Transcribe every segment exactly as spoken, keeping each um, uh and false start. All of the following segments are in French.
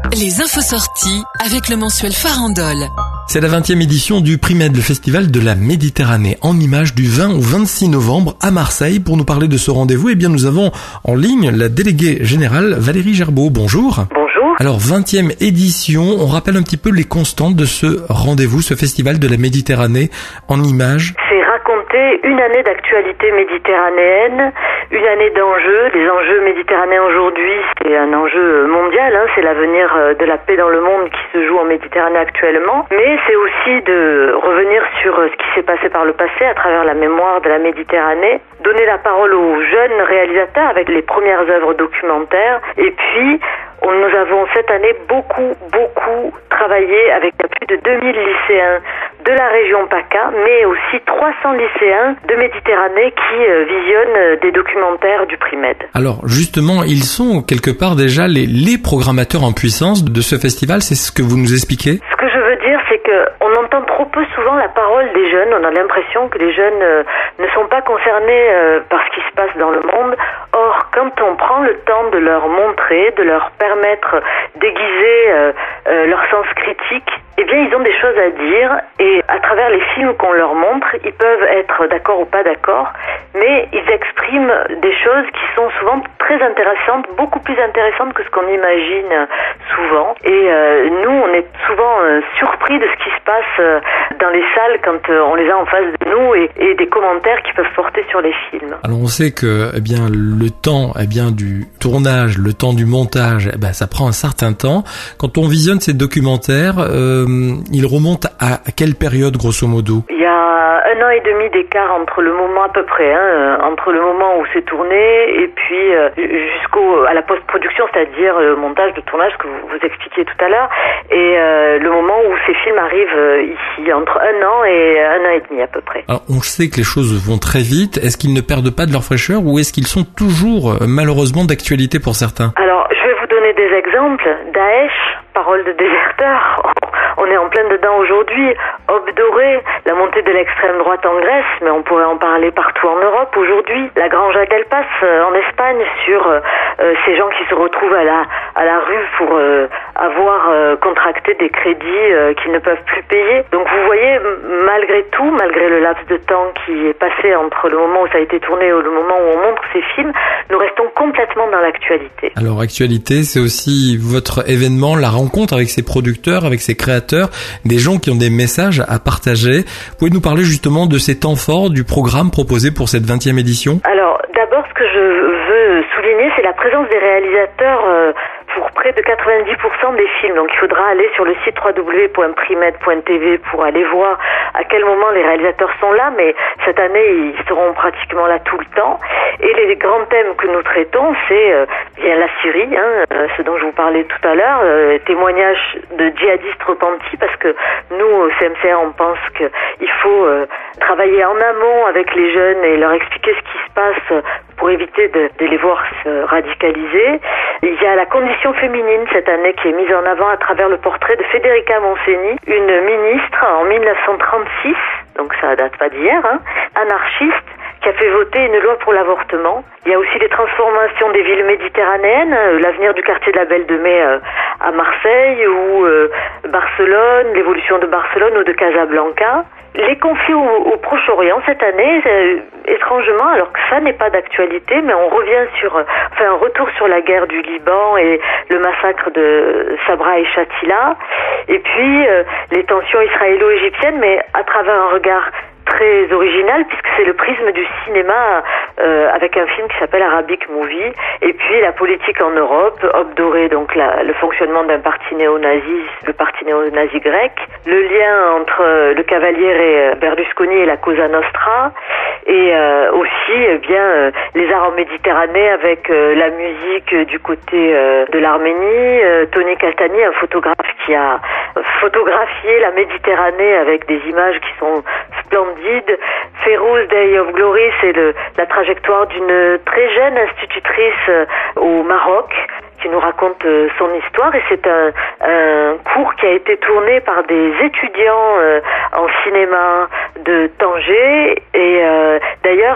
Les infos sorties avec le mensuel Farandole. C'est la vingtième édition du Primed, le festival de la Méditerranée, en images du vingt au vingt-six novembre à Marseille. Pour nous parler de ce rendez-vous, eh bien, nous avons en ligne la déléguée générale Valérie Gerbeau. Bonjour. Bonjour. Alors, vingtième édition, on rappelle un petit peu les constantes de ce rendez-vous, ce festival de la Méditerranée en images. C'est raconter une année d'actualité méditerranéenne, une année d'enjeux. Les enjeux méditerranéens aujourd'hui, c'est un enjeu mondial, hein, c'est l'avenir de la paix dans le monde qui se joue en Méditerranée actuellement. Mais c'est aussi de revenir sur ce qui s'est passé par le passé à travers la mémoire de la Méditerranée, donner la parole aux jeunes réalisateurs avec les premières œuvres documentaires. Et puis, on, nous avons cette année beaucoup, beaucoup travaillé avec plus de deux mille lycéens de la région PACA, mais aussi trois cents lycéens de Méditerranée qui euh, visionnent des documentaires du Primed. Alors justement, ils sont quelque part déjà les, les programmateurs en puissance de ce festival, c'est ce que vous nous expliquez ? Ce que je veux dire, c'est qu'on entend trop peu souvent la parole des jeunes. On a l'impression que les jeunes euh, ne sont pas concernés euh, par ce qui se passe dans le monde. Or, quand on prend le temps de leur montrer, de leur permettre d'aiguiser euh, euh, leur sens critique, eh bien, ils ont des choses à dire et à travers les films qu'on leur montre, ils peuvent être d'accord ou pas d'accord, mais ils expriment des choses qui sont souvent très intéressantes, beaucoup plus intéressantes que ce qu'on imagine souvent. Et euh, nous, on est souvent euh, surpris de ce qui se passe euh, dans les salles quand euh, on les a en face de nous et, et des commentaires qui peuvent porter sur les films. Alors on sait que eh bien le temps eh bien du tournage, le temps du montage, eh ben ça prend un certain temps. Quand on visionne ces documentaires, euh, ils remontent à quelle période grosso modo ? Il y a un an et demi d'écart entre le moment à peu près, hein, entre le moment où c'est tourné et puis euh, jusqu'au à la post-production, c'est-à-dire le montage, le tournage que vous, vous expliquiez tout à l'heure, et euh, le moment où ces films arrivent euh, ici, entre un an et un an et demi à peu près. Alors on sait que les choses vont très vite. Est-ce qu'ils ne perdent pas de leur fraîcheur ou est-ce qu'ils sont toujours euh, malheureusement d'actualité pour certains ? Alors je vais vous donner des exemples. Daesh, parole de déserteur. On est en plein dedans aujourd'hui. Aube dorée, la montée de l'extrême droite en Grèce, mais on pourrait en parler partout en Europe aujourd'hui. La Granja del Paz euh, en Espagne sur euh, ces gens qui se retrouvent à la à la rue pour euh, avoir euh, contracté des crédits euh, qu'ils ne peuvent plus payer. Donc vous voyez, m- malgré tout, malgré le laps de temps qui est passé entre le moment où ça a été tourné et le moment où on montre ces films, nous restons complètement dans l'actualité. Alors actualité, c'est aussi votre événement, la rencontre avec ces producteurs, avec ces créateurs, des gens qui ont des messages à partager. Pouvez nous parler justement de ces temps forts du programme proposé pour cette vingtième édition ? Alors d'abord, ce que je veux souligner, c'est la présence des réalisateurs euh, pour près de quatre-vingt-dix pour cent des films. Donc il faudra aller sur le site w w w point primed point t v pour aller voir à quel moment les réalisateurs sont là, mais cette année ils seront pratiquement là tout le temps. Et les grands thèmes que nous traitons, c'est euh, bien la Syrie, hein, euh, ce dont je vous parlais tout à l'heure, euh, témoignages de djihadistes repentis, parce que nous au C M C A on pense qu'il faut euh, travailler en amont avec les jeunes et leur expliquer ce qui se passe pour éviter de, de les voir se radicaliser. Il y a la condition féminine cette année qui est mise en avant à travers le portrait de Federica Montseny, une ministre en mille neuf cent trente-six, donc ça date pas d'hier, hein, anarchiste, qui a fait voter une loi pour l'avortement. Il y a aussi les transformations des villes méditerranéennes, euh, l'avenir du quartier de la Belle de Mai euh, à Marseille ou euh, Barcelone, l'évolution de Barcelone ou de Casablanca. Les conflits au, au Proche-Orient cette année, euh, étrangement, alors que ça n'est pas d'actualité, mais on revient sur, euh, enfin un retour sur la guerre du Liban et le massacre de Sabra et Shatila, et puis euh, les tensions israélo-égyptiennes, mais à travers un regard très original puisque c'est le prisme du cinéma euh, avec un film qui s'appelle Arabic Movie, et puis la politique en Europe, Aube dorée, donc la, le fonctionnement d'un parti néo-nazi, le parti néo-nazi grec, le lien entre euh, le Cavaliere et Berlusconi et la Cosa Nostra, et euh, aussi eh bien euh, les arts en Méditerranée avec euh, la musique euh, du côté euh, de l'Arménie, euh, Tony Castagni, un photographe qui a photographié la Méditerranée avec des images qui sont splendides. Férouz Day of Glory, c'est le, la trajectoire d'une très jeune institutrice euh, au Maroc qui nous raconte euh, son histoire, et c'est un, un cours qui a été tourné par des étudiants euh, en cinéma de Tanger, et euh, d'ailleurs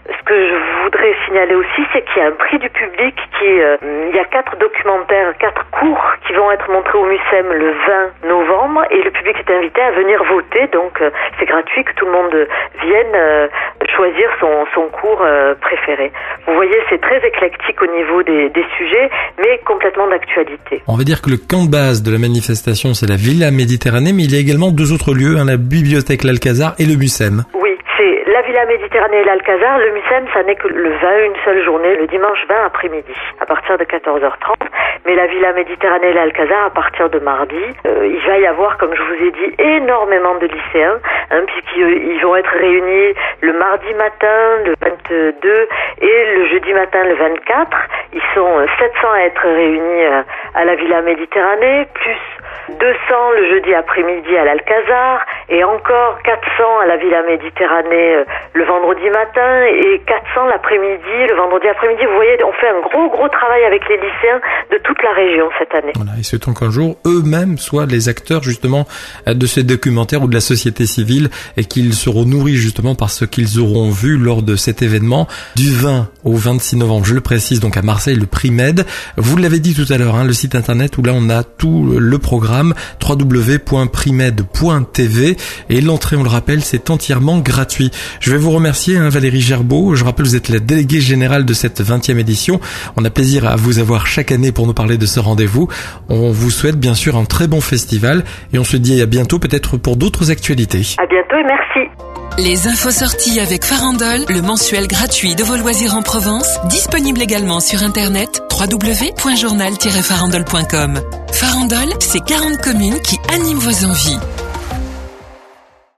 Ce que je voudrais signaler aussi, c'est qu'il y a un prix du public qui, euh, il y a quatre documentaires, quatre courts qui vont être montrés au MUSEM le vingt novembre et le public est invité à venir voter, donc euh, c'est gratuit, que tout le monde vienne euh, choisir son, son cours euh, préféré. Vous voyez, c'est très éclectique au niveau des, des sujets, mais complètement d'actualité. On va dire que le camp de base de la manifestation, c'est la Villa Méditerranée, mais il y a également deux autres lieux, hein, la bibliothèque L'Alcazar et le MUSEM. Oui, c'est la Villa Méditerranée et l'Alcazar. Le MUSEM, ça n'est que le vingt, une seule journée, le dimanche vingt après-midi, à partir de quatorze heures trente. Mais la Villa Méditerranée et l'Alcazar, à partir de mardi, euh, il va y avoir, comme je vous ai dit, énormément de lycéens, hein, puisqu'ils vont être réunis le mardi matin, le vingt-deux, et le jeudi matin, le vingt-quatre. Ils sont sept cents à être réunis à la Villa Méditerranée, plus deux cents le jeudi après-midi à l'Alcazar et encore quatre cents à la Villa Méditerranée le vendredi matin et quatre cents l'après-midi, le vendredi après-midi. Vous voyez, on fait un gros gros travail avec les lycéens de toute la région cette année. Voilà, et souhaitons qu'un jour, eux-mêmes soient les acteurs justement de ces documentaires ou de la société civile et qu'ils seront nourris justement par ce qu'ils auront vu lors de cet événement du vingt au vingt-six novembre. Je le précise, donc à Marseille, le Primed. Vous l'avez dit tout à l'heure, hein, le site internet où là on a tout le programme w w w point primed point t v et l'entrée, on le rappelle, c'est entièrement gratuit. Je vais vous remercier, hein, Valérie Gerbeau. Je rappelle, vous êtes la déléguée générale de cette vingtième édition. On a plaisir à vous avoir chaque année pour nous parler de ce rendez-vous. On vous souhaite bien sûr un très bon festival et on se dit à bientôt, peut-être pour d'autres actualités. À bientôt et merci. Les infos sorties avec Farandole, le mensuel gratuit de vos loisirs en Provence, disponible également sur internet w w w point journal tiret farandole point com. Farandole, c'est quarante communes qui animent vos envies.